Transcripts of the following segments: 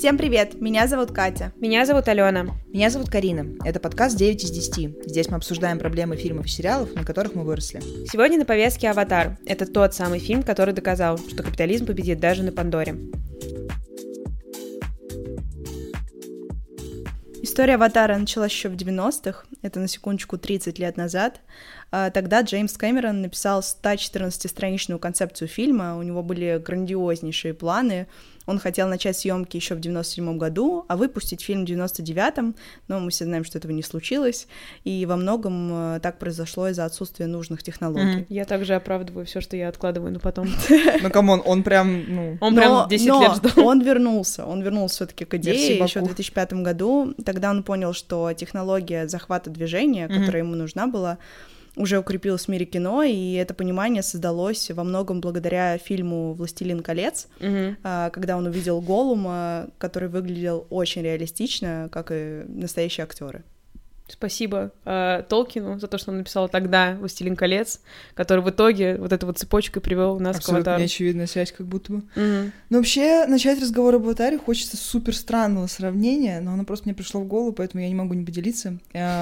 Всем привет, меня зовут Катя. Меня зовут Алена. Меня зовут Карина. Это подкаст 9 из 10. Здесь мы обсуждаем проблемы фильмов и сериалов, на которых мы выросли. Сегодня на повестке «Аватар». Это тот самый фильм, который доказал, что капитализм победит даже на Пандоре. История «Аватара» началась еще в 90-х, это на секундочку 30 лет назад. Тогда Джеймс Кэмерон написал 114-страничную концепцию фильма, у него были грандиознейшие планы. Он хотел начать съемки еще в 97 году, а выпустить фильм в 99-м, но мы все знаем, что этого не случилось, и во многом так произошло из-за отсутствия нужных технологий. Я также оправдываю все, что я откладываю на потом. Ну, камон, он прям, Он прям 10 лет ждал. Он вернулся все-таки к идее еще в 2005 году. Тогда он понял, что технология захвата движения, которая ему нужна была, уже укрепилось в мире кино, и это понимание создалось во многом благодаря фильму «Властелин колец», когда он увидел Голлума, который выглядел очень реалистично, как и настоящие актеры. Спасибо Толкину за то, что он написал тогда «Властелин колец», который в итоге вот этой вот цепочкой привел нас к «Аватару». Неочевидная связь как будто бы. Но вообще, начать разговор об «Аватаре» хочется супер странного сравнения, но оно просто мне пришло в голову, поэтому я не могу не поделиться.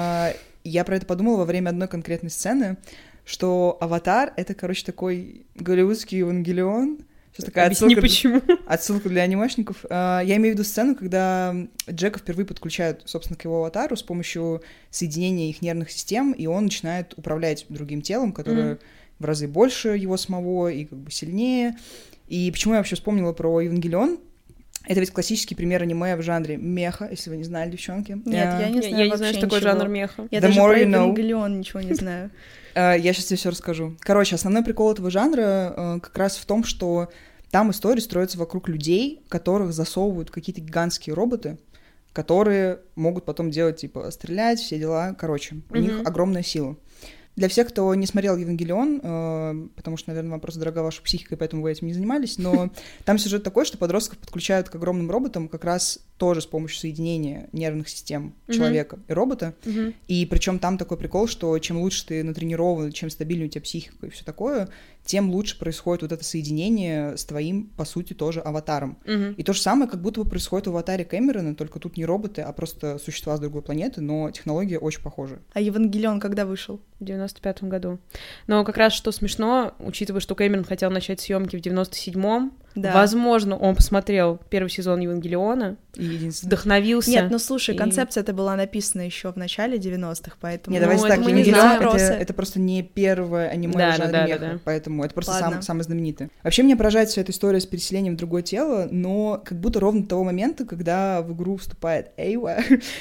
Я про это подумала во время одной конкретной сцены, что «Аватар» — это, короче, такой голливудский Евангелион. Сейчас такая Объясни, почему. Отсылка для анимешников. Я имею в виду сцену, когда Джека впервые подключают, собственно, к его аватару с помощью соединения их нервных систем, и он начинает управлять другим телом, которое в разы больше его самого и как бы сильнее. И почему я вообще вспомнила про Евангелион? Это ведь классический пример аниме в жанре меха, если вы не знали, девчонки. Нет, я не знаю вообще что такое жанр меха. Я даже про Евангелион ничего не знаю. Я сейчас тебе все расскажу. Короче, основной прикол этого жанра как раз в том, что там история строится вокруг людей, которых засовывают какие-то гигантские роботы, которые могут потом делать, типа, стрелять, все дела. Короче, у них огромная сила. Для всех, кто не смотрел «Евангелион», потому что, наверное, вам просто дорога ваша психика, и поэтому вы этим не занимались, но там сюжет такой, что подростков подключают к огромным роботам как раз тоже с помощью соединения нервных систем человека и робота. И причем там такой прикол, что чем лучше ты натренирован, чем стабильнее у тебя психика и все такое, тем лучше происходит вот это соединение с твоим, по сути, тоже аватаром. И то же самое как будто бы происходит в «Аватаре» Кэмерона, только тут не роботы, а просто существа с другой планеты, но технология очень похожа. А «Евангелион» когда вышел? В 95-м году. Но как раз что смешно, учитывая, что Кэмерон хотел начать съемки в 97-м, возможно, он посмотрел первый сезон «Евангелиона», вдохновился. Нет, ну слушай, концепция-то была написана еще в начале 90-х, поэтому... Нет, давайте так, «Евангелион» — это просто не первое аниме в жанре меха, поэтому это просто самое знаменитое. Вообще меня поражает вся эта история с переселением в другое тело, но как будто ровно до того момента, когда в игру вступает Эйва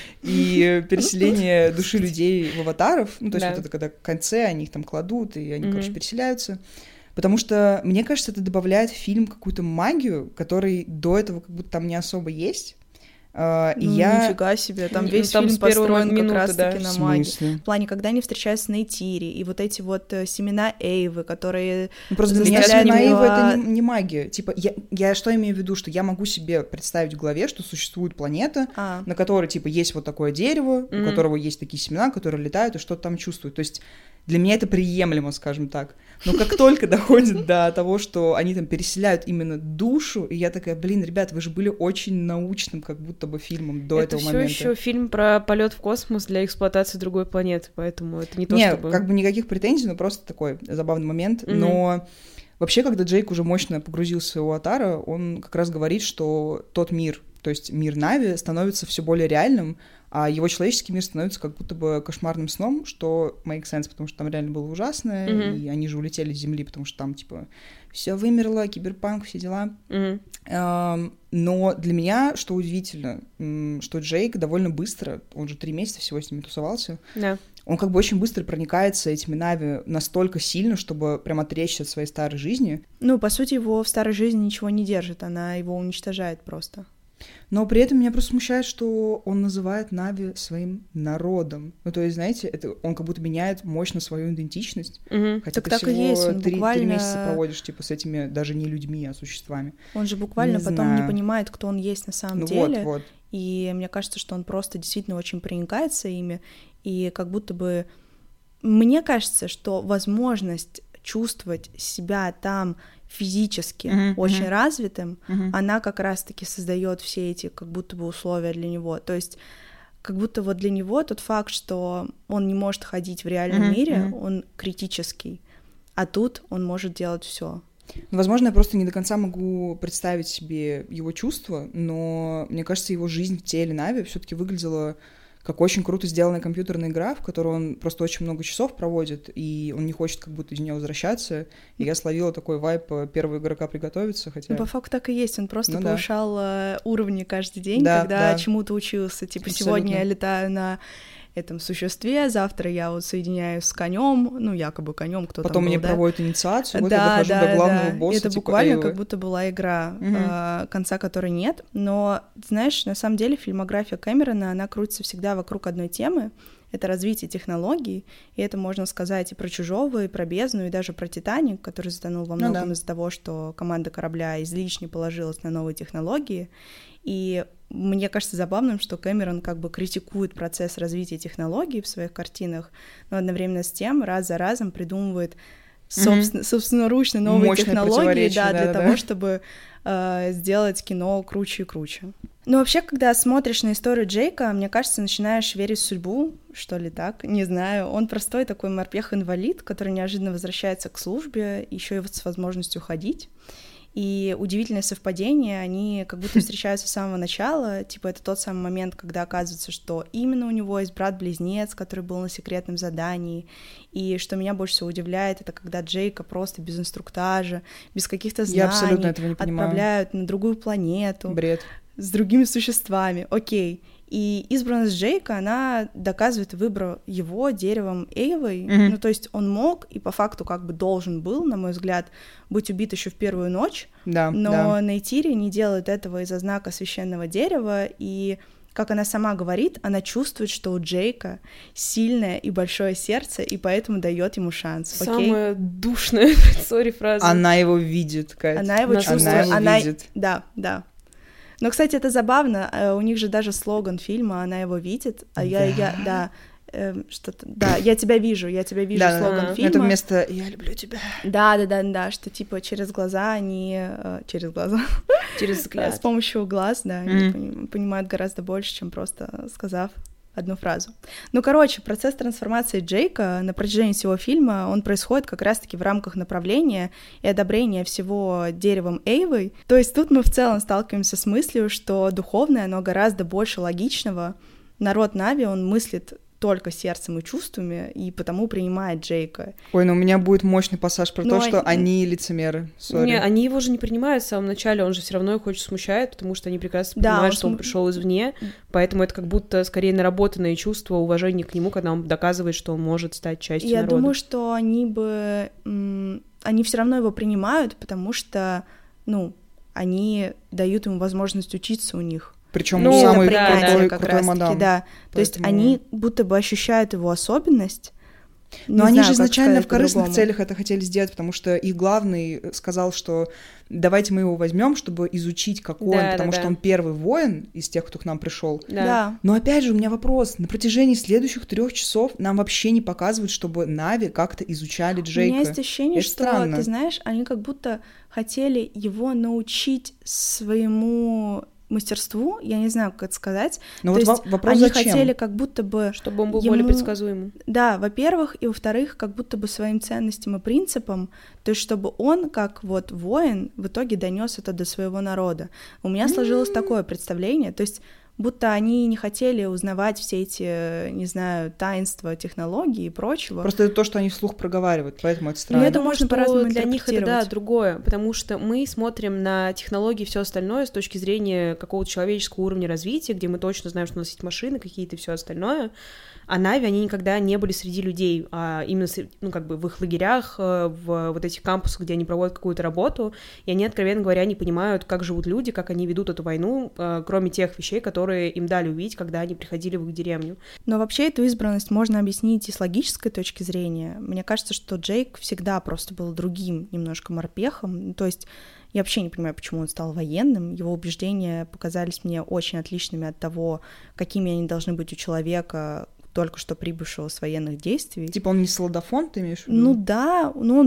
и переселение души людей в аватаров, ну то есть вот это когда в конце они их там кладут, и они, короче, переселяются. Потому что, мне кажется, это добавляет в фильм какую-то магию, которой до этого как будто там не особо есть. Нифига себе, там весь фильм построен как раз-таки на магии. В плане, когда они встречаются на Нейтире, и вот эти вот семена Эйвы, которые... Просто для меня семена Эйвы — это не магия. Типа, я что имею в виду, что я могу себе представить в голове, что существует планета, на которой, типа, есть вот такое дерево, у которого есть такие семена, которые летают и что-то там чувствуют. То есть для меня это приемлемо, скажем так. Но как только доходит до того, что они там переселяют именно душу, и я такая, ребят, вы же были очень научным как будто бы фильмом до этого момента. Это все еще фильм про полет в космос для эксплуатации другой планеты, поэтому это не то, чтобы... Нет, как бы никаких претензий, но просто такой забавный момент. Но вообще, когда Джейк уже мощно погрузился в «Аватара», он как раз говорит, что тот мир, то есть мир Нави, становится все более реальным, а его человеческий мир становится как будто бы кошмарным сном, что makes sense, потому что там реально было ужасно, и они же улетели с Земли, потому что там, типа, все вымерло, киберпанк, все дела. Но для меня, что удивительно, что Джейк довольно быстро, он же 3 месяца всего с ними тусовался, он как бы очень быстро проникается этими Нави настолько сильно, чтобы прям отречься от своей старой жизни. Ну, по сути, его в старой жизни ничего не держит, она его уничтожает просто. Но при этом меня просто смущает, что он называет Нави своим народом. Ну, то есть, знаете, он как будто меняет мощно свою идентичность. Хотя так ты всего и есть. Он 3 буквально... месяца проводишь, типа, с этими даже не людьми, а существами. Он же буквально потом не понимает, кто он есть на самом деле. Вот. И мне кажется, что он просто действительно очень проникается ими. И как будто бы... Мне кажется, что возможность чувствовать себя там физически очень развитым, она как раз-таки создает все эти как будто бы условия для него. То есть как будто вот для него тот факт, что он не может ходить в реальном мире, он критический, а тут он может делать все. Возможно, я просто не до конца могу представить себе его чувства, но мне кажется, его жизнь в теле Нави все-таки выглядела как очень круто сделанная компьютерная игра, в которой он просто очень много часов проводит, и он не хочет как будто из нее возвращаться. И я словила такой вайб первого игрока приготовиться, хотя... Ну, по факту так и есть, он просто повышал уровни каждый день, когда чему-то учился. Типа, сегодня я летаю на этом существе, завтра я вот соединяюсь с конем, ну, якобы конем, кто потом там был, мне проводят инициацию, вот я дохожу до главного босса. Это типа, буквально как будто была игра, конца которой нет, но, знаешь, на самом деле фильмография Кэмерона, она крутится всегда вокруг одной темы, это развитие технологий, и это можно сказать и про «Чужого», и про «Бездну», и даже про «Титаник», который затонул во многом из-за того, что команда корабля излишне положилась на новые технологии, и мне кажется забавным, что Кэмерон как бы критикует процесс развития технологий в своих картинах, но одновременно с тем раз за разом придумывает собственноручно новые мощное технологии для того, чтобы сделать кино круче и круче. Ну, вообще, когда смотришь на историю Джейка, мне кажется, начинаешь верить в судьбу, что ли так, не знаю. Он простой такой морпех-инвалид, который неожиданно возвращается к службе, еще и с возможностью ходить. И удивительное совпадение, они как будто встречаются с самого начала, типа это тот самый момент, когда оказывается, что именно у него есть брат-близнец, который был на секретном задании, и что меня больше всего удивляет, это когда Джейка просто без инструктажа, без каких-то знаний отправляют на другую планету. Бред. С другими существами, окей. И избранность Джейка, она доказывает выбор его деревом Эйвой. Ну, то есть он мог и по факту как бы должен был, на мой взгляд, быть убит еще в первую ночь, но Нейтири не делает этого из-за знака священного дерева, и, как она сама говорит, она чувствует, что у Джейка сильное и большое сердце, и поэтому дает ему шанс. Самая душная, фраза. Она его видит, Кать. Она его чувствует. Она его видит. Да. Но, кстати, это забавно, у них же даже слоган фильма «Она его видит», а я тебя вижу, слоган фильма. Это вместо «Я люблю тебя». Да, что типа через глаза они... Через взгляд. С помощью глаз, они понимают гораздо больше, чем просто сказав одну фразу. Ну, короче, процесс трансформации Джейка на протяжении всего фильма, он происходит как раз-таки в рамках направления и одобрения всего деревом Эйвой. То есть тут мы в целом сталкиваемся с мыслью, что духовное, оно гораздо больше логичного. Народ Нави, он мыслит только сердцем и чувствами, и потому принимает Джейка. Ой, ну у меня будет мощный пассаж про то, что они лицемеры. Не, они его же не принимают в самом начале, он же все равно их очень смущает, потому что они прекрасно понимают, что он пришел извне, поэтому это как будто скорее наработанное чувство уважения к нему, когда он доказывает, что он может стать частью народа. Я думаю, что они все равно его принимают, потому что, они дают ему возможность учиться у них. Причем самый крутой мадам. Да. То есть они будто бы ощущают его особенность. Но они же изначально в корыстных целях это хотели сделать, потому что их главный сказал, что давайте мы его возьмем, чтобы изучить, какой он, потому что он первый воин из тех, кто к нам пришел. Да. Но опять же у меня вопрос: на протяжении следующих 3 часов нам вообще не показывают, чтобы Нави как-то изучали Джейка. У меня есть ощущение, это что, странно. Ты знаешь, они как будто хотели его научить своему мастерству, я не знаю, как это сказать. Но то вот есть вопрос они зачем? хотели как будто бы... Чтобы он был более предсказуемым. Да, во-первых, и во-вторых, как будто бы своим ценностям и принципам, то есть чтобы он, как вот воин, в итоге донес это до своего народа. У меня сложилось такое представление, то есть будто они не хотели узнавать все эти, не знаю, таинства технологий и прочего. Просто это то, что они вслух проговаривают, поэтому это странно. Но это можно по-разному для них это, другое, потому что мы смотрим на технологии и все остальное с точки зрения какого-то человеческого уровня развития, где мы точно знаем, что у нас есть машины какие-то и все остальное. А Нави, они никогда не были среди людей, а именно, в их лагерях, в вот этих кампусах, где они проводят какую-то работу, и они, откровенно говоря, не понимают, как живут люди, как они ведут эту войну, кроме тех вещей, которые им дали увидеть, когда они приходили в их деревню. Но вообще эту избранность можно объяснить и с логической точки зрения. Мне кажется, что Джейк всегда просто был другим немножко морпехом, то есть я вообще не понимаю, почему он стал военным. Его убеждения показались мне очень отличными от того, какими они должны быть у человека, только что прибывшего с военных действий. Типа он не солдафон, ты имеешь в виду? Ну да, он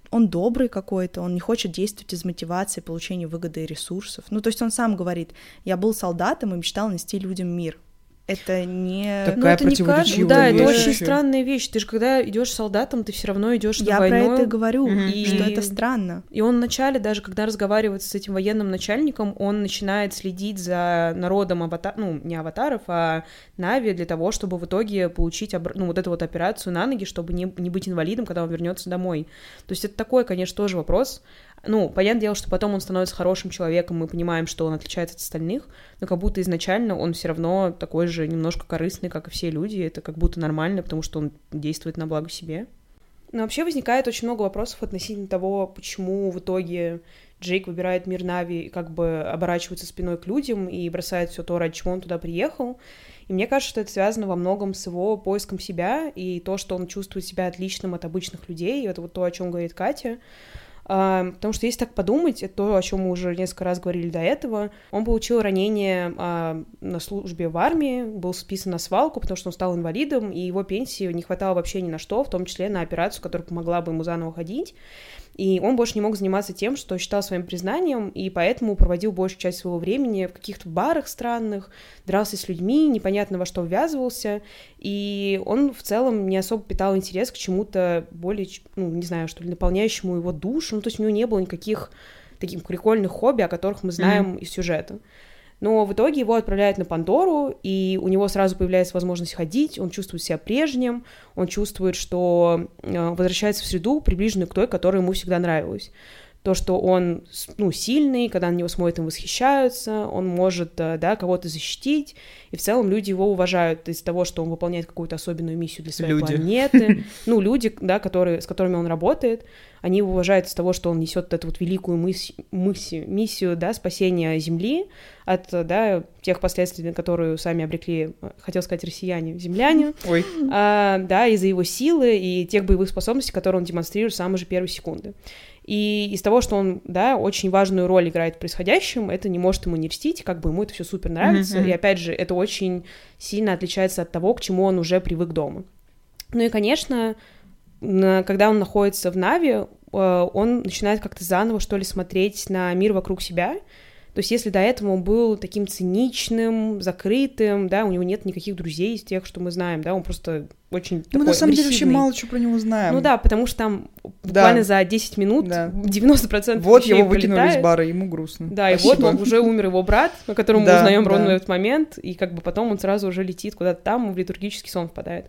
он добрый какой-то, он не хочет действовать из мотивации получения выгоды и ресурсов. Ну, то есть он сам говорит, я был солдатом и мечтал нести людям мир. Это не... Такая противоречивая Да, вещь. это очень странная вещь. Ты же, когда идешь солдатом, ты все равно идешь на войну. Я про это и говорю, и... что это странно. И он вначале, даже когда разговаривает с этим военным начальником, он начинает следить за народом не аватаров, а Нави, для того, чтобы в итоге получить вот эту вот операцию на ноги, чтобы не быть инвалидом, когда он вернется домой. То есть это такой, конечно, тоже вопрос. Ну, понятное дело, что потом он становится хорошим человеком, мы понимаем, что он отличается от остальных, но как будто изначально он все равно такой же немножко корыстный, как и все люди, это как будто нормально, потому что он действует на благо себе. Но вообще возникает очень много вопросов относительно того, почему в итоге Джейк выбирает мир Нави и как бы оборачивается спиной к людям и бросает все то, ради чего он туда приехал. И мне кажется, что это связано во многом с его поиском себя и то, что он чувствует себя отличным от обычных людей, и это вот то, о чем говорит Катя. Потому что если так подумать, это то, о чем мы уже несколько раз говорили до этого, он получил ранение на службе в армии, был списан на свалку, потому что он стал инвалидом, и его пенсии не хватало вообще ни на что, в том числе на операцию, которая помогла бы ему заново ходить. И он больше не мог заниматься тем, что считал своим признанием, и поэтому проводил большую часть своего времени в каких-то барах странных, дрался с людьми, непонятно во что ввязывался, и он в целом не особо питал интерес к чему-то более, не знаю, что ли, наполняющему его душу, то есть у него не было никаких таких прикольных хобби, о которых мы знаем из сюжета. Но в итоге его отправляют на Пандору, и у него сразу появляется возможность ходить, он чувствует себя прежним, он чувствует, что возвращается в среду, приближенную к той, которая ему всегда нравилась. То, что он, сильный, когда на него смотрят, им восхищаются, он может, кого-то защитить, и в целом люди его уважают из-за того, что он выполняет какую-то особенную миссию для своей планеты. Люди, с которыми он работает, они его уважают из-за того, что он несет эту вот великую миссию, спасения Земли от, тех последствий, на которые сами обрекли, хотел сказать, россияне, земляне. Ой. Из-за его силы и тех боевых способностей, которые он демонстрирует с самой же первой секунды. И из того, что он, очень важную роль играет в происходящем, это не может ему не льстить, как бы ему это все супер нравится, и, опять же, это очень сильно отличается от того, к чему он уже привык дома. Ну и, конечно, когда он находится в Нави, он начинает как-то заново, что ли, смотреть на мир вокруг себя. То есть если до этого он был таким циничным, закрытым, у него нет никаких друзей из тех, что мы знаем, он просто очень такой Мы на самом деле агрессивный. вообще мало чего про него знаем. Потому что там буквально за 10 минут 90% вот вещей его выкинули вылетает. из бара, ему грустно. Да, Спасибо. И вот уже умер его брат, о котором мы узнаем ровно в этот момент, и как бы потом он сразу уже летит куда-то там, в литургический сон впадает.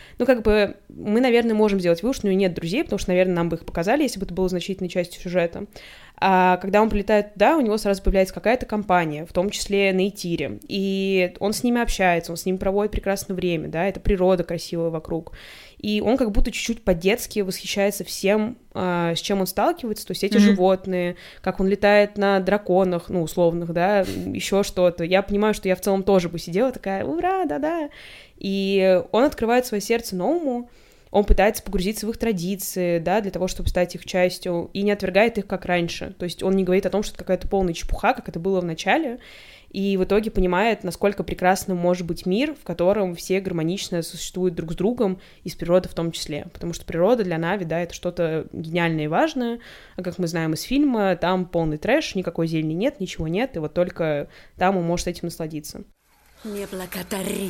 Мы, наверное, можем сделать вывод, что у него нет друзей, потому что, наверное, нам бы их показали, если бы это было значительной частью сюжета. А когда он прилетает туда, у него сразу появляется какая-то компания, в том числе на Итире, и он с ними общается, он с ними проводит прекрасное время, это природа красивая вокруг. И он как будто чуть-чуть по-детски восхищается всем, с чем он сталкивается, то есть эти животные, как он летает на драконах, условных, еще что-то. Я понимаю, что я в целом тоже бы сидела такая, ура, да-да. И он открывает свое сердце новому, он пытается погрузиться в их традиции, для того, чтобы стать их частью, и не отвергает их, как раньше. То есть он не говорит о том, что это какая-то полная чепуха, как это было в начале, и в итоге понимает, насколько прекрасным может быть мир, в котором все гармонично существуют друг с другом, и с природой в том числе. Потому что природа для Нави, это что-то гениальное и важное, а как мы знаем из фильма, там полный трэш, никакой зелени нет, ничего нет, и вот только там он может этим насладиться. Не благодари.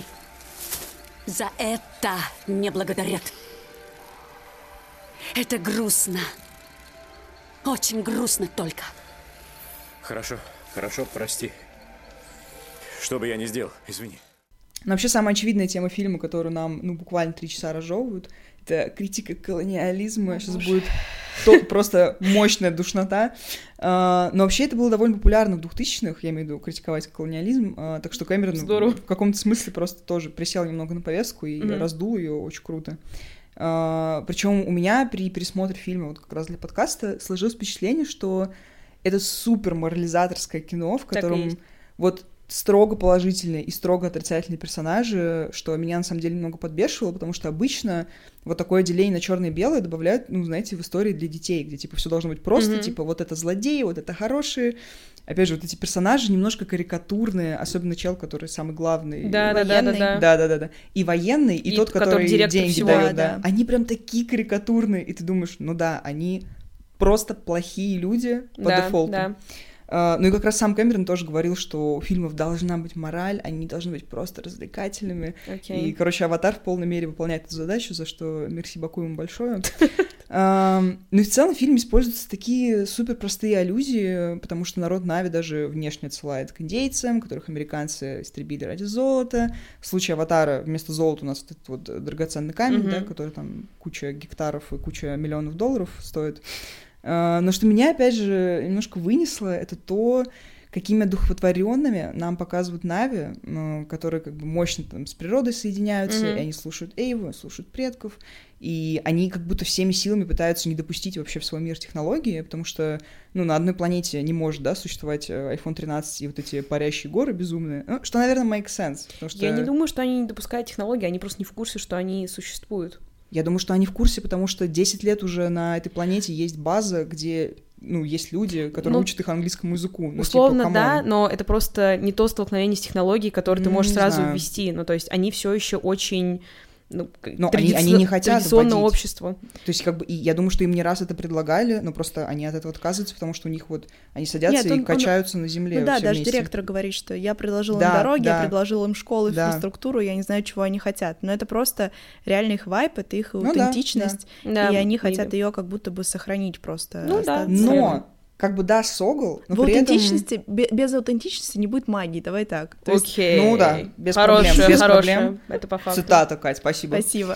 За это не благодарят. Это грустно. Очень грустно только. Хорошо, прости. Что бы я ни сделал, извини. Но вообще самая очевидная тема фильма, которую нам, буквально 3 часа разжевывают, это критика колониализма. Сейчас будет просто мощная душнота. Но вообще это было довольно популярно в 2000-х, я имею в виду критиковать колониализм, так что Кэмерон в каком-то смысле просто тоже присел немного на повестку и раздул ее очень круто. Причем у меня при пересмотре фильма, вот как раз для подкаста, сложилось впечатление, что это супер морализаторское кино, в котором вот строго положительные и строго отрицательные персонажи, что меня на самом деле немного подбешивало, потому что обычно вот такое деление на черное и белое добавляют, в истории для детей, где, все должно быть просто, вот это злодеи, вот это хорошие. Опять же, вот эти персонажи немножко карикатурные, особенно чел, который самый главный. Да. И военный, и тот, который деньги дает. Да. Они прям такие карикатурные, и ты думаешь, они просто плохие люди по дефолту. Да. Ну и как раз сам Кэмерон тоже говорил, что у фильмов должна быть мораль, они не должны быть просто развлекательными. И, короче, «Аватар» в полной мере выполняет эту задачу, за что мерси баку ему большое. Ну и в целом в фильме используются такие супер простые аллюзии, потому что народ Нави даже внешне отсылает к индейцам, которых американцы истребили ради золота. В случае «Аватара» вместо золота у нас вот этот вот драгоценный камень, да, который там куча гектаров и куча миллионов долларов стоит. Но что меня, опять же, немножко вынесло, это то, какими одухотворенными нам показывают Нави, которые как бы мощно там с природой соединяются, и они слушают Эйву, слушают предков, и они как будто всеми силами пытаются не допустить вообще в свой мир технологии, потому что, ну, на одной планете не может, да, существовать iPhone 13 и вот эти парящие горы безумные, ну, что, наверное, makes sense, потому что... Я не думаю, что они не допускают технологии, они просто не в курсе, что они существуют. Я думаю, что они в курсе, потому что 10 лет уже на этой планете есть база, где, ну, есть люди, которые учат их английскому языку. Ну, условно, типа, да, но это просто не то столкновение с технологией, которое ты можешь сразу знаю. ввести. Ну, то есть они все еще очень... Ну, они не хотят традиционное вводить. общество. То есть, как бы, и я думаю, что им не раз это предлагали, но просто они от этого отказываются, потому что у них вот, они садятся и качаются на земле. Ну да, даже вместе. директор говорит, что я предложил им дороги, я предложил им школу, инфраструктуру, я не знаю, чего они хотят. Но это просто реально их вайб, это их аутентичность, и они хотят ее как будто бы сохранить просто. Ну да. Но... Как бы, да, Согл, но в при аутентичности, без аутентичности не будет магии, давай так. Окей. Ну да, без проблем. Это по факту. Цитата, Кать, спасибо. Спасибо.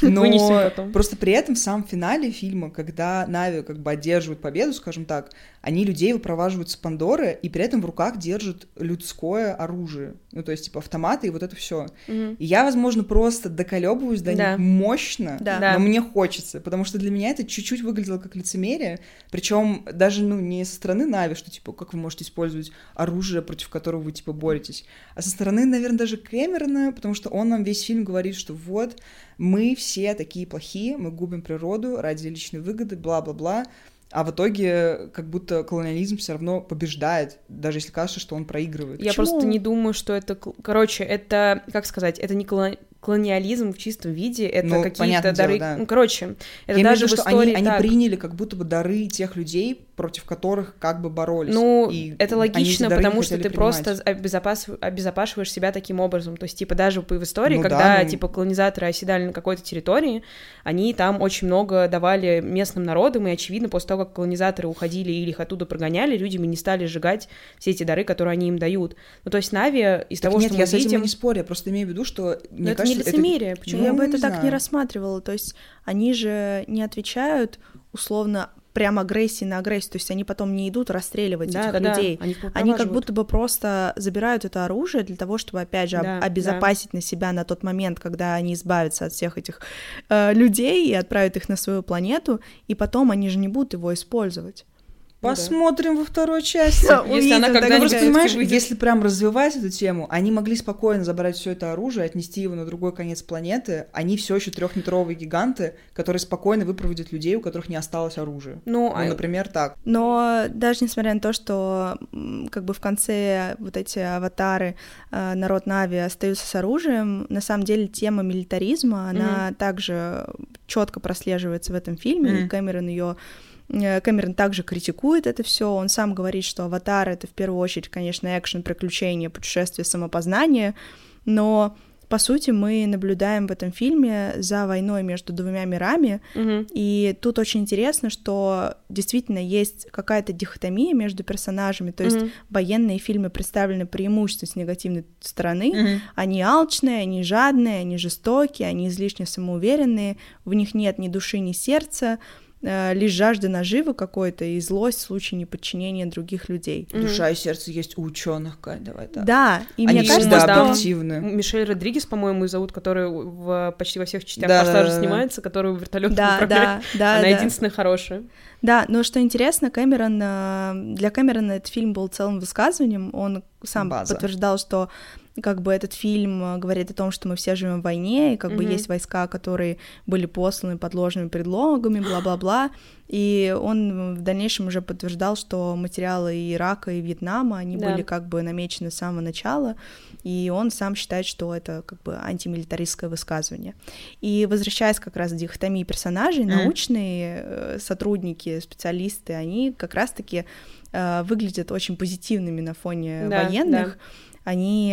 Но просто при этом в самом финале фильма, когда Нави как бы одерживают победу, скажем так, они людей выпроваживают с Пандоры и при этом в руках держат людское оружие. Ну, то есть, типа, автоматы и вот это все. И я, возможно, просто доколебываюсь до них мощно, но мне хочется, потому что для меня это чуть-чуть выглядело как лицемерие, причем даже, ну, не со стороны Нави, что, типа, как вы можете использовать оружие, против которого вы, типа, боретесь, а со стороны, наверное, даже Кэмерона, потому что он нам весь фильм говорит, что вот, мы все такие плохие, мы губим природу ради личной выгоды, бла-бла-бла, а в итоге как будто колониализм все равно побеждает, даже если кажется, что он проигрывает. Я просто не думаю, что это... Короче, это, как сказать, это не колониализм в чистом виде, это какие-то дары... Дело, да. Ну, короче, это я даже имею в виду, в истории они приняли как будто бы дары тех людей, против которых как бы боролись. Ну, и это логично, потому что ты принимать. просто обезопашиваешь себя таким образом. То есть, типа, даже в истории, когда, типа, колонизаторы оседали на какой-то территории, они там очень много давали местным народам, и, очевидно, после того, как колонизаторы уходили или их оттуда прогоняли, людям не стали сжигать все эти дары, которые они им дают. Ну, то есть, Нави из того, что мы видим... Нет, я с этим не спорю, я просто имею в виду, что... Мне это кажется, не лицемерие. Почему? Я бы это так не рассматривала. То есть, они же не отвечают, условно, прям агрессии на агрессию, то есть они потом не идут расстреливать этих людей. Они как будто бы просто забирают это оружие для того, чтобы, опять же, обезопасить на себя на тот момент, когда они избавятся от всех этих людей и отправят их на свою планету, и потом они же не будут его использовать. Посмотрим во второй части. Если она когда-нибудь понимаешь, если прям развивать эту тему, они могли спокойно забрать все это оружие, отнести его на другой конец планеты. Они все еще 3-метровые гиганты, которые спокойно выпроводят людей, у которых не осталось оружия. Ну, например, так. Но даже несмотря на то, что как бы в конце вот эти аватары, народ Нави остаются с оружием, на самом деле тема милитаризма, она также четко прослеживается в этом фильме, и Кэмерон также критикует это все. Он сам говорит, что «Аватар» — это в первую очередь, конечно, экшен, приключения, путешествие, самопознание, но по сути мы наблюдаем в этом фильме за войной между двумя мирами, и тут очень интересно, что действительно есть какая-то дихотомия между персонажами, то есть военные фильмы представлены преимущественно с негативной стороны, они алчные, они жадные, они жестокие, они излишне самоуверенные, в них нет ни души, ни сердца, лишь жажда наживы какой-то и злость в случае неподчинения других людей. Душа и сердце есть у ученых, Кать, давай так. Да, и они мне кажется, всегда что... активны. Мишель Родригес, по-моему, зовут, который почти во всех частях «Форсажа» снимается, который вертолёт управляет. Она единственная хорошая. Да, но что интересно, для Кэмерона этот фильм был целым высказыванием, он сам подтверждал, что как бы этот фильм говорит о том, что мы все живем в войне, и как бы есть войска, которые были посланы под ложными предлогами, бла-бла-бла, и он в дальнейшем уже подтверждал, что материалы и Ирака, и Вьетнама, они были как бы намечены с самого начала, и он сам считает, что это как бы антимилитаристское высказывание. И возвращаясь как раз к дихотомии персонажей, научные сотрудники, специалисты, они как раз-таки выглядят очень позитивными на фоне военных. Они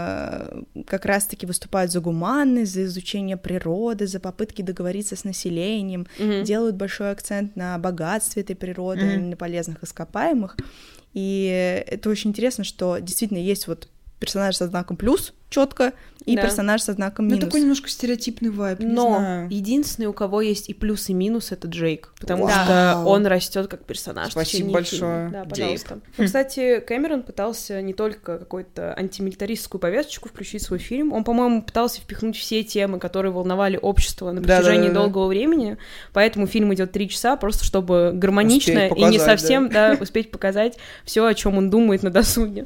как раз-таки выступают за гуманность, за изучение природы, за попытки договориться с населением, делают большой акцент на богатстве этой природы, на полезных ископаемых. И это очень интересно, что действительно есть вот персонаж со знаком плюс четко и персонаж со знаком минус. Ну, такой немножко стереотипный вайб, не знаю. Единственный, у кого есть и плюс, и минус, это Джейк, потому что он растет как персонаж. Спасибо большое, да, пожалуйста. Кстати, Кэмерон пытался не только какую-то антимилитаристскую повесточку включить в свой фильм, он, по-моему, пытался впихнуть все темы, которые волновали общество на протяжении долгого времени, поэтому фильм идет 3 часа, просто чтобы гармонично и не совсем успеть показать все, о чем он думает на досуге.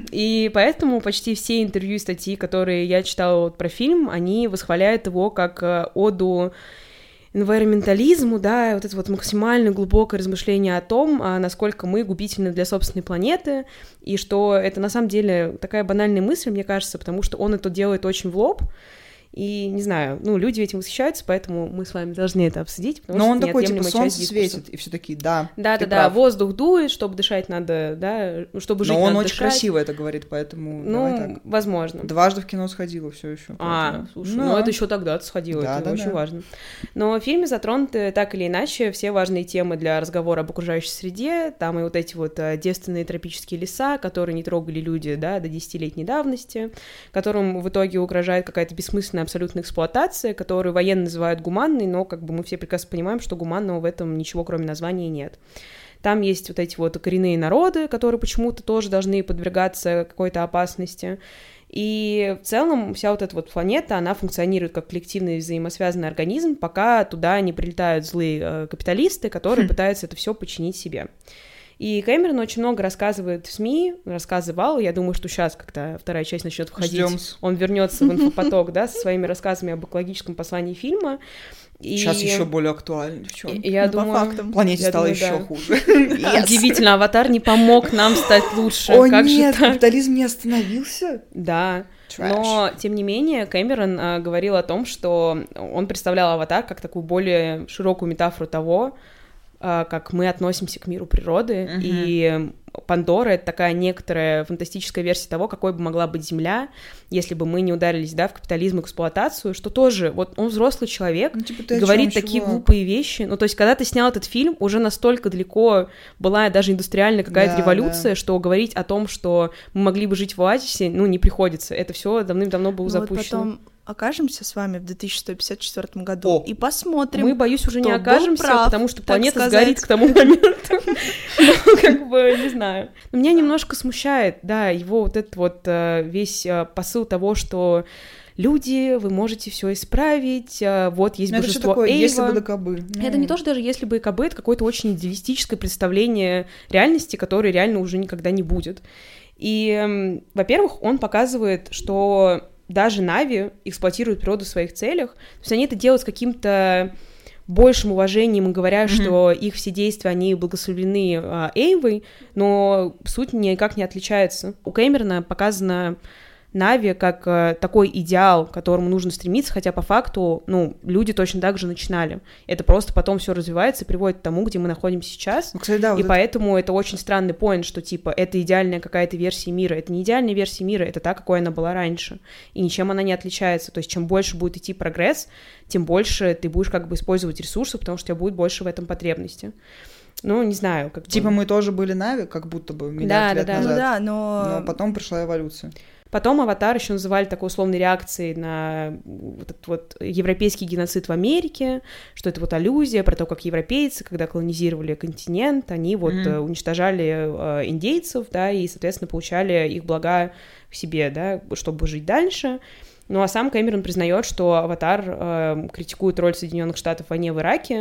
И поэтому почти все интервью и статьи, которые я читала вот про фильм, они восхваляют его как оду энвайроментализму, да, вот это вот максимально глубокое размышление о том, насколько мы губительны для собственной планеты, и что это на самом деле такая банальная мысль, мне кажется, потому что он это делает очень в лоб, и, не знаю, ну, люди этим восхищаются, поэтому мы с вами должны это обсудить, потому что он такой, типа, солнце дискурса. светит, и все такие, да, Да, воздух дует, чтобы дышать надо, да, чтобы жить надо дышать. Но он очень красиво это говорит, поэтому давай так. Возможно. 2 в кино сходила все еще. Слушай, это еще тогда ты сходила, это очень важно. Но в фильме затронуты так или иначе все важные темы для разговора об окружающей среде, там и вот эти вот девственные тропические леса, которые не трогали люди, да, до 10-летней давности, которым в итоге угрожает какая-то бессмысленная абсолютная эксплуатация, которую военные называют гуманной, но как бы мы все прекрасно понимаем, что гуманного в этом ничего, кроме названия, нет. Там есть вот эти вот коренные народы, которые почему-то тоже должны подвергаться какой-то опасности. И в целом вся вот эта вот планета, она функционирует как коллективный взаимосвязанный организм, пока туда не прилетают злые капиталисты, которые пытаются это все подчинить себе. И Кэмерон очень много рассказывает в СМИ, рассказывал, я думаю, что сейчас, когда вторая часть начнет входить, он вернется в инфопоток, да, со своими рассказами об экологическом послании фильма. И... Сейчас еще более актуально, девчонки. Я думаю, по фактам. Планете стало еще хуже. Удивительно, «Аватар» не помог нам стать лучше. О, нет, капитализм не остановился. Да. Но, тем не менее, Кэмерон говорил о том, что он представлял «Аватар» как такую более широкую метафору того, как мы относимся к миру природы, и Пандора — это такая некоторая фантастическая версия того, какой бы могла быть Земля, если бы мы не ударились, да, в капитализм и эксплуатацию, что тоже, вот он взрослый человек, говорит такие глупые вещи, ну, то есть, когда ты снял этот фильм, уже настолько далеко была даже индустриальная какая-то революция, что говорить о том, что мы могли бы жить в оазисе, ну, не приходится, это все давным-давно было запущено. Вот потом окажемся с вами в 2154 году и посмотрим. Мы, боюсь, уже не окажемся, потому что планета сгорит к тому моменту. Ну, как бы, не знаю. Но меня немножко смущает, да, его вот этот вот весь посыл того, что люди, вы можете все исправить, вот есть божество такое, Эйва. Если бы да кабы. Это не то, что даже если бы и кабы, это какое-то очень идеалистическое представление реальности, которое реально уже никогда не будет. И, во-первых, он показывает, что даже Нави эксплуатируют природу в своих целях, то есть они это делают с каким-то большим уважением, говоря, что их все действия, они благословлены Эйвой, но суть никак не отличается. У Кэмерона показано Нави как такой идеал, к которому нужно стремиться, хотя по факту, ну, люди точно так же начинали. Это просто потом все развивается и приводит к тому, где мы находимся сейчас. Ну, кстати, да, и поэтому это очень странный поинт, что, типа, это идеальная какая-то версия мира. Это не идеальная версия мира, это та, какой она была раньше. И ничем она не отличается. То есть чем больше будет идти прогресс, тем больше ты будешь как бы использовать ресурсы, потому что у тебя будет больше в этом потребности. Ну, не знаю. Как типа мы тоже были Нави, как будто бы миллиард лет назад. Ну, да, но потом пришла эволюция. Потом «Аватар» еще называли такой условной реакцией на вот этот вот европейский геноцид в Америке, что это вот аллюзия про то, как европейцы, когда колонизировали континент, они вот уничтожали индейцев, да, и, соответственно, получали их блага к себе, да, чтобы жить дальше. Ну, а сам Кэмерон признает, что «Аватар» критикует роль Соединенных Штатов в войне в Ираке,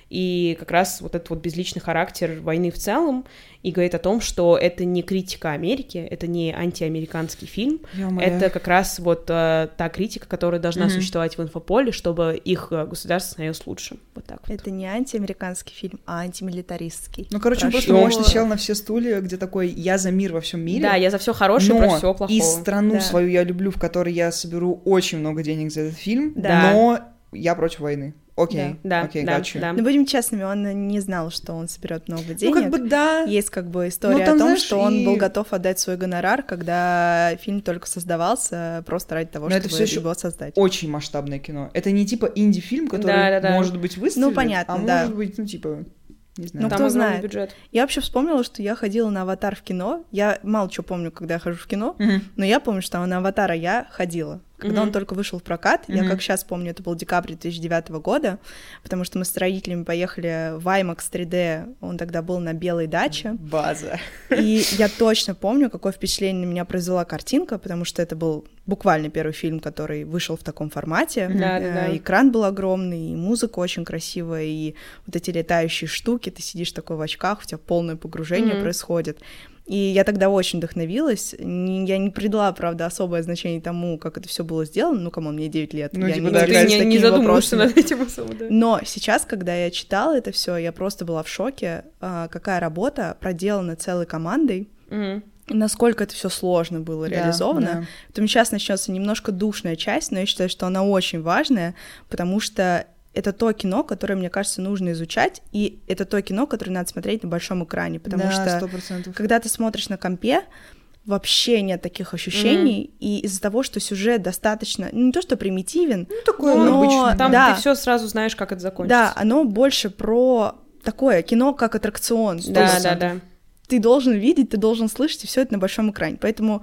и как раз вот этот вот безличный характер войны в целом, и говорит о том, что это не критика Америки, это не антиамериканский фильм, это как раз вот та критика, которая должна существовать в инфополе, чтобы их государство становилось лучше. Вот так вот. Это не антиамериканский фильм, а антимилитаристский. Ну, короче, он просто мощно сел на все стулья, где такой «я за мир во всем мире». Да, я за все хорошее, против всего плохого. И страну свою я люблю, в которой я соберу очень много денег за этот фильм, но я против войны. Окей, гачу. Но будем честными, он не знал, что он соберет много денег. Ну, как бы да. Есть как бы история о том, знаешь, что он был готов отдать свой гонорар, когда фильм только создавался, просто ради того, чтобы его создать. Очень масштабное кино. Это не типа инди-фильм, который может быть выстрелит, понятно, может быть, типа... Не знаю. Ну, кто знает. Бюджет. Я вообще вспомнила, что я ходила на «Аватар» в кино. Я мало чего помню, когда я хожу в кино, но я помню, что на «Аватара» я ходила. Когда он только вышел в прокат, я как сейчас помню, это был декабрь 2009 года, потому что мы с родителями поехали в IMAX 3D, он тогда был на белой даче. База. И я точно помню, какое впечатление на меня произвела картинка, потому что это был буквально первый фильм, который вышел в таком формате. Экран был огромный, и музыка очень красивая, и вот эти летающие штуки, ты сидишь такой в очках, у тебя полное погружение происходит. И я тогда очень вдохновилась. Я не придала, правда, особое значение тому, как это все было сделано. Ну, камон, мне 9 лет. Ну, я типа, не задумываешься над этим особо, да. Но сейчас, когда я читала это все, я просто была в шоке, какая работа проделана целой командой. Насколько это все сложно было реализовано. Поэтому сейчас начнется немножко душная часть, но я считаю, что она очень важная, потому что это то кино, которое, мне кажется, нужно изучать, и это то кино, которое надо смотреть на большом экране, потому что 100%. Когда ты смотришь на компе, вообще нет таких ощущений, и из-за того, что сюжет достаточно, не то что примитивен, такое обычно. Там ты все сразу знаешь, как это закончится. Да, оно больше про такое кино, как аттракцион. Да. Ты должен видеть, ты должен слышать, и все это на большом экране. Поэтому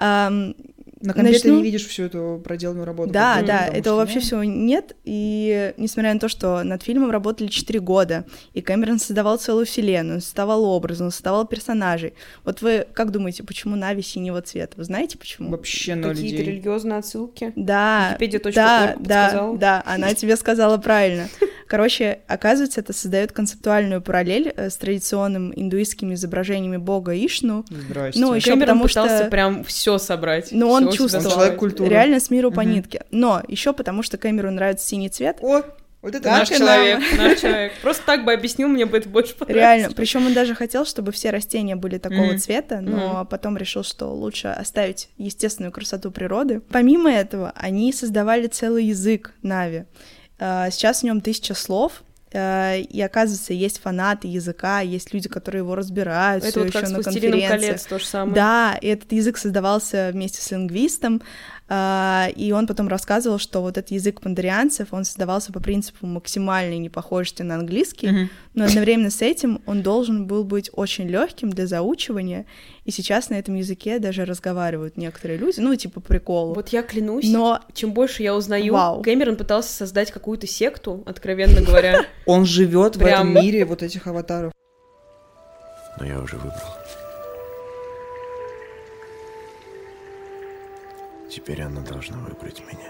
на компе ты не видишь всю эту проделанную работу. Да, этого вообще всего нет. И несмотря на то, что над фильмом работали 4 года, и Кэмерон создавал целую вселенную, он создавал образы, он создавал персонажей. Вот вы как думаете, почему Нави синего цвета? Вы знаете, почему? Вообще ноль идей. Какие-то религиозные отсылки? Да. Википедия.орг подсказала? Да, она тебе сказала правильно. Короче, оказывается, это создает концептуальную параллель с традиционным индуистскими изображениями бога Ишну. Здрасте. Ну, еще Кэмерон потому пытался что прям все собрать. Но он чувствовал. Человек культуры. Реально с миру по нитке. Но еще потому что Кэмерону нравится синий цвет. О, вот это наш человек. Просто так бы объяснил, мне бы это больше понравилось. Реально. Причем он даже хотел, чтобы все растения были такого цвета, но потом решил, что лучше оставить естественную красоту природы. Помимо этого, они создавали целый язык Нави. Сейчас в нем 1000 слов. И оказывается, есть фанаты языка, есть люди, которые его разбирают. Это вот как с «Властелином колец» то же самое. Да, и этот язык создавался вместе с лингвистом, и он потом рассказывал, что вот этот язык пандарианцев, он создавался по принципу максимальной непохожести на английский, но одновременно с этим он должен был быть очень легким для заучивания, и сейчас на этом языке даже разговаривают некоторые люди, ну, типа по приколу. Вот я клянусь, чем больше я узнаю, Кэмерон пытался создать какую-то секту, откровенно говоря. Он живет в этом мире вот этих аватаров. Но я уже выбрал. Теперь она должна выбрать меня.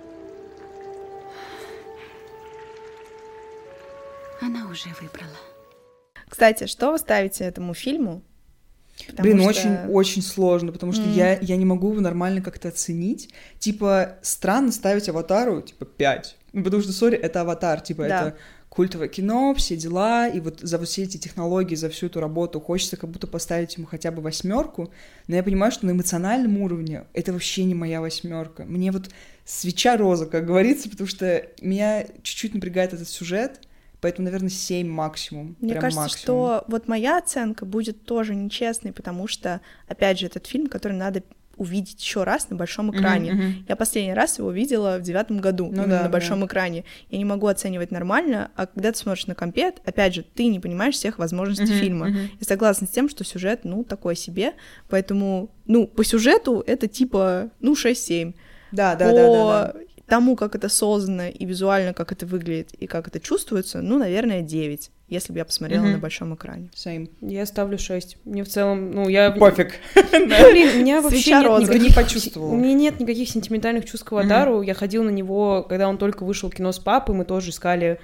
Она уже выбрала. Кстати, что вы ставите этому фильму? Очень сложно, потому что я не могу его нормально как-то оценить. Типа, странно ставить «Аватару», типа, 5. Потому что, сори, это «Аватар», типа, это культовое кино, все дела, и вот за все эти технологии, за всю эту работу хочется как будто поставить ему хотя бы 8, но я понимаю, что на эмоциональном уровне это вообще не моя 8. Мне вот свеча роза, как говорится, потому что меня чуть-чуть напрягает этот сюжет, поэтому, наверное, 7 максимум. Мне прям кажется, максимум. что вот моя оценка будет тоже нечестной, потому что, опять же, этот фильм, который надо увидеть еще раз на большом экране. Я последний раз его видела в 2009 году, на большом экране. Я не могу оценивать нормально, а когда ты смотришь на компе, опять же, ты не понимаешь всех возможностей фильма. Я согласна с тем, что сюжет, такой себе, поэтому, по сюжету это типа, 6-7. Да. Тому, как это создано и визуально, как это выглядит и как это чувствуется, наверное, 9, если бы я посмотрела на большом экране. Same. Я ставлю 6. Мне в целом, я... Пофиг. Блин, у меня вообще не почувствовала. У меня нет никаких сентиментальных чувств к «Аватару». Я ходила на него, когда он только вышел в кино с папой, мы тоже искали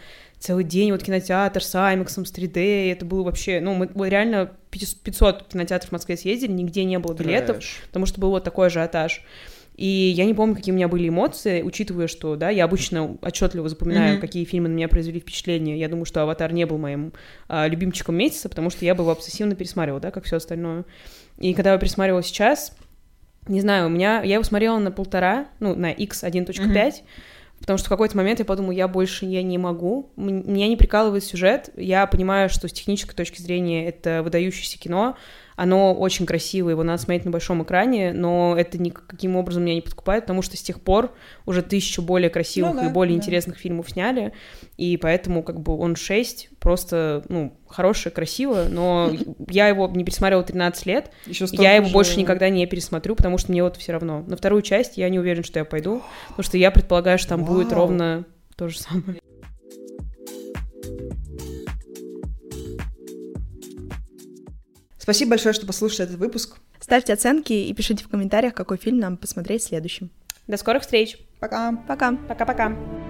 целый день вот кинотеатр с IMAX, с 3D, это было вообще, ну, мы реально 500 кинотеатров в Москве съездили, нигде не было билетов, потому что был вот такой ажиотаж. И я не помню, какие у меня были эмоции, учитывая, что, да, я обычно отчетливо запоминаю, какие фильмы на меня произвели впечатление. Я думаю, что «Аватар» не был моим любимчиком месяца, потому что я бы его обсессивно пересматривала, да, как все остальное. И когда я пересматривала сейчас, не знаю, я его смотрела на 1.5, ну, на X1.5, потому что в какой-то момент я подумала, я не могу, меня не прикалывает сюжет, я понимаю, что с технической точки зрения это выдающееся кино, оно очень красивое, его надо смотреть на большом экране, но это никаким образом меня не подкупает, потому что с тех пор уже 1000 более красивых и более интересных фильмов сняли, и поэтому как бы он 6, просто, ну, хорошее, красиво, но я его не пересматривала 13 лет, я его больше никогда не пересмотрю, потому что мне вот все равно. На вторую часть я не уверена, что я пойду, потому что я предполагаю, что там будет ровно то же самое. Спасибо большое, что послушали этот выпуск. Ставьте оценки и пишите в комментариях, какой фильм нам посмотреть следующим. До скорых встреч. Пока. Пока. Пока-пока.